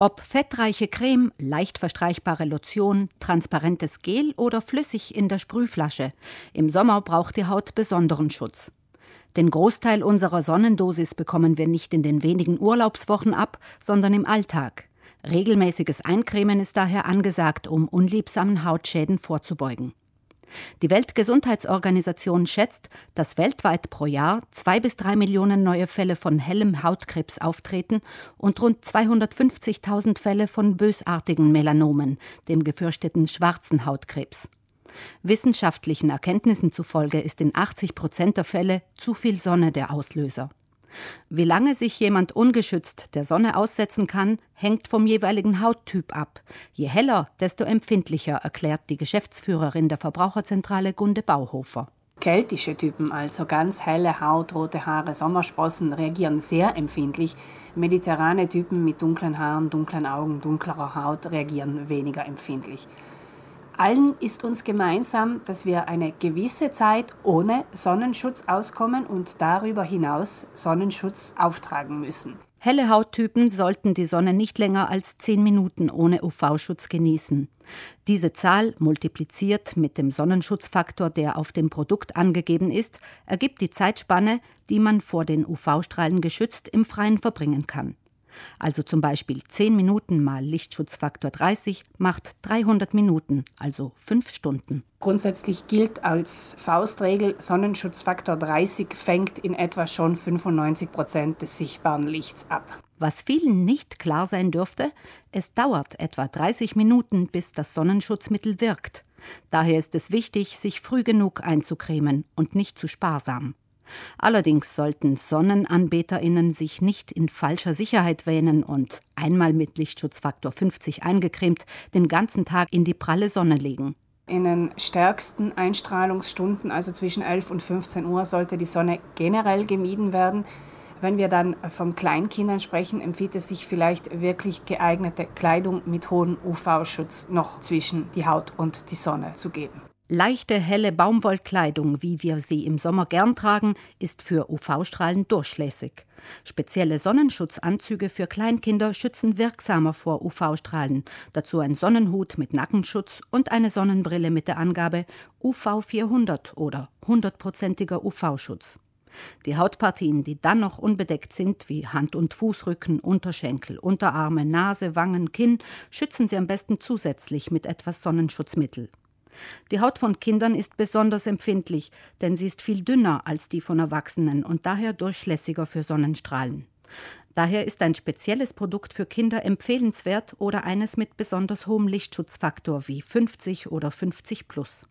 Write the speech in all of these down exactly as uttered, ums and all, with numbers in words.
Ob fettreiche Creme, leicht verstreichbare Lotion, transparentes Gel oder flüssig in der Sprühflasche, im Sommer braucht die Haut besonderen Schutz. Den Großteil unserer Sonnendosis bekommen wir nicht in den wenigen Urlaubswochen ab, sondern im Alltag. Regelmäßiges Eincremen ist daher angesagt, um unliebsamen Hautschäden vorzubeugen. Die Weltgesundheitsorganisation schätzt, dass weltweit pro Jahr zwei bis drei Millionen neue Fälle von hellem Hautkrebs auftreten und rund zweihundertfünfzigtausend Fälle von bösartigen Melanomen, dem gefürchteten schwarzen Hautkrebs. Wissenschaftlichen Erkenntnissen zufolge ist in achtzig Prozent der Fälle zu viel Sonne der Auslöser. Wie lange sich jemand ungeschützt der Sonne aussetzen kann, hängt vom jeweiligen Hauttyp ab. Je heller, desto empfindlicher, erklärt die Geschäftsführerin der Verbraucherzentrale Gunde Bauhofer. Keltische Typen, also ganz helle Haut, rote Haare, Sommersprossen, reagieren sehr empfindlich. Mediterrane Typen mit dunklen Haaren, dunklen Augen, dunklerer Haut reagieren weniger empfindlich. Allen ist uns gemeinsam, dass wir eine gewisse Zeit ohne Sonnenschutz auskommen und darüber hinaus Sonnenschutz auftragen müssen. Helle Hauttypen sollten die Sonne nicht länger als zehn Minuten ohne U V-Schutz genießen. Diese Zahl, multipliziert mit dem Sonnenschutzfaktor, der auf dem Produkt angegeben ist, ergibt die Zeitspanne, die man vor den U V-Strahlen geschützt im Freien verbringen kann. Also zum Beispiel zehn Minuten mal Lichtschutzfaktor dreißig macht dreihundert Minuten, also fünf Stunden. Grundsätzlich gilt als Faustregel, Sonnenschutzfaktor dreißig fängt in etwa schon fünfundneunzig Prozent des sichtbaren Lichts ab. Was vielen nicht klar sein dürfte, es dauert etwa dreißig Minuten, bis das Sonnenschutzmittel wirkt. Daher ist es wichtig, sich früh genug einzucremen und nicht zu sparsam. Allerdings sollten SonnenanbeterInnen sich nicht in falscher Sicherheit wähnen und einmal mit Lichtschutzfaktor fünfzig eingecremt den ganzen Tag in die pralle Sonne legen. In den stärksten Einstrahlungsstunden, also zwischen elf und fünfzehn Uhr, sollte die Sonne generell gemieden werden. Wenn wir dann von Kleinkindern sprechen, empfiehlt es sich vielleicht wirklich geeignete Kleidung mit hohem U V-Schutz noch zwischen die Haut und die Sonne zu geben. Leichte, helle Baumwollkleidung, wie wir sie im Sommer gern tragen, ist für U V-Strahlen durchlässig. Spezielle Sonnenschutzanzüge für Kleinkinder schützen wirksamer vor U V-Strahlen. Dazu ein Sonnenhut mit Nackenschutz und eine Sonnenbrille mit der Angabe U V vierhundert oder hundertprozentiger U V-Schutz. Die Hautpartien, die dann noch unbedeckt sind, wie Hand- und Fußrücken, Unterschenkel, Unterarme, Nase, Wangen, Kinn, schützen sie am besten zusätzlich mit etwas Sonnenschutzmittel. Die Haut von Kindern ist besonders empfindlich, denn sie ist viel dünner als die von Erwachsenen und daher durchlässiger für Sonnenstrahlen. Daher ist ein spezielles Produkt für Kinder empfehlenswert oder eines mit besonders hohem Lichtschutzfaktor wie fünfzig oder fünfzig plus.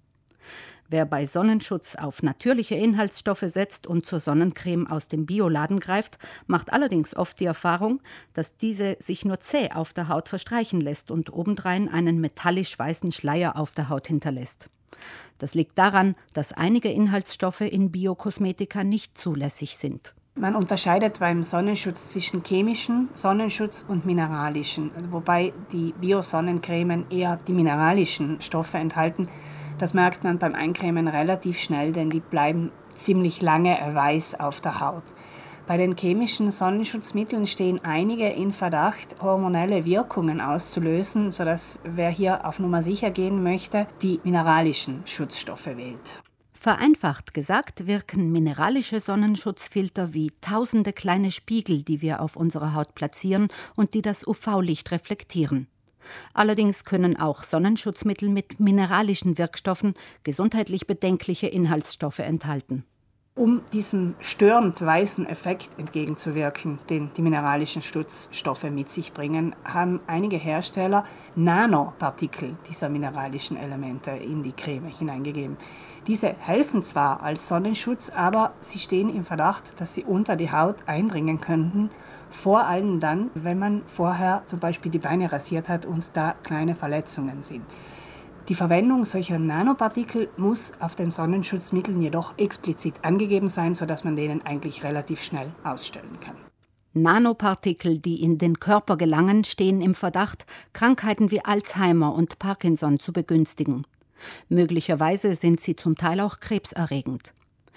Wer bei Sonnenschutz auf natürliche Inhaltsstoffe setzt und zur Sonnencreme aus dem Bioladen greift, macht allerdings oft die Erfahrung, dass diese sich nur zäh auf der Haut verstreichen lässt und obendrein einen metallisch-weißen Schleier auf der Haut hinterlässt. Das liegt daran, dass einige Inhaltsstoffe in Biokosmetika nicht zulässig sind. Man unterscheidet beim Sonnenschutz zwischen chemischem Sonnenschutz und mineralischem, wobei die Biosonnencremen eher die mineralischen Stoffe enthalten. Das merkt man beim Eincremen relativ schnell, denn die bleiben ziemlich lange weiß auf der Haut. Bei den chemischen Sonnenschutzmitteln stehen einige in Verdacht, hormonelle Wirkungen auszulösen, sodass wer hier auf Nummer sicher gehen möchte, die mineralischen Schutzstoffe wählt. Vereinfacht gesagt wirken mineralische Sonnenschutzfilter wie tausende kleine Spiegel, die wir auf unserer Haut platzieren und die das U V-Licht reflektieren. Allerdings können auch Sonnenschutzmittel mit mineralischen Wirkstoffen gesundheitlich bedenkliche Inhaltsstoffe enthalten. Um diesem störend weißen Effekt entgegenzuwirken, den die mineralischen Schutzstoffe mit sich bringen, haben einige Hersteller Nanopartikel dieser mineralischen Elemente in die Creme hineingegeben. Diese helfen zwar als Sonnenschutz, aber sie stehen im Verdacht, dass sie unter die Haut eindringen könnten, vor allem dann, wenn man vorher zum Beispiel die Beine rasiert hat und da kleine Verletzungen sind. Die Verwendung solcher Nanopartikel muss auf den Sonnenschutzmitteln jedoch explizit angegeben sein, sodass man denen eigentlich relativ schnell ausstellen kann. Nanopartikel, die in den Körper gelangen, stehen im Verdacht, Krankheiten wie Alzheimer und Parkinson zu begünstigen. Möglicherweise sind sie zum Teil auch krebserregend.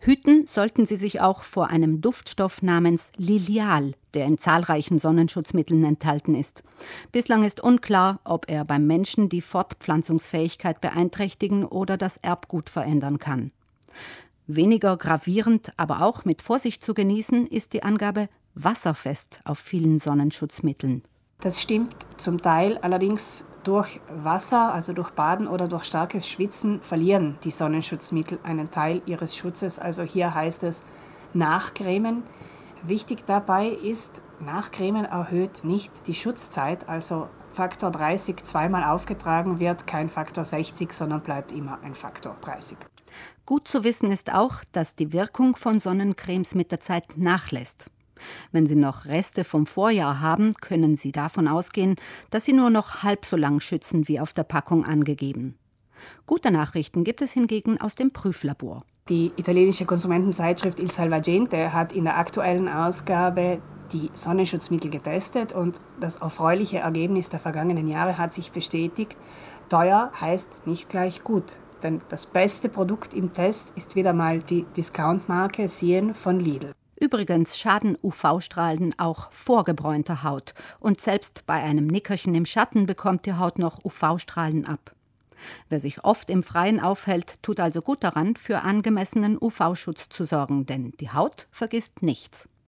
Hüten sollten Sie sich auch vor einem Duftstoff namens Lilial, der in zahlreichen Sonnenschutzmitteln enthalten ist. Bislang ist unklar, ob er beim Menschen die Fortpflanzungsfähigkeit beeinträchtigen oder das Erbgut verändern kann. Weniger gravierend, aber auch mit Vorsicht zu genießen, ist die Angabe wasserfest auf vielen Sonnenschutzmitteln. Das stimmt zum Teil, allerdings durch Wasser, also durch Baden oder durch starkes Schwitzen, verlieren die Sonnenschutzmittel einen Teil ihres Schutzes. Also hier heißt es nachcremen. Wichtig dabei ist, nachcremen erhöht nicht die Schutzzeit, also Faktor dreißig zweimal aufgetragen wird, kein Faktor sechzig, sondern bleibt immer ein Faktor dreißig. Gut zu wissen ist auch, dass die Wirkung von Sonnencremes mit der Zeit nachlässt. Wenn Sie noch Reste vom Vorjahr haben, können Sie davon ausgehen, dass sie nur noch halb so lang schützen wie auf der Packung angegeben. Gute Nachrichten gibt es hingegen aus dem Prüflabor. Die italienische Konsumentenzeitschrift Il Salvagente hat in der aktuellen Ausgabe die Sonnenschutzmittel getestet und das erfreuliche Ergebnis der vergangenen Jahre hat sich bestätigt. Teuer heißt nicht gleich gut, denn das beste Produkt im Test ist wieder mal die Discount-Marke Sien von Lidl. Übrigens schaden U V-Strahlen auch vorgebräunter Haut und selbst bei einem Nickerchen im Schatten bekommt die Haut noch U V-Strahlen ab. Wer sich oft im Freien aufhält, tut also gut daran, für angemessenen U V-Schutz zu sorgen, denn die Haut vergisst nichts.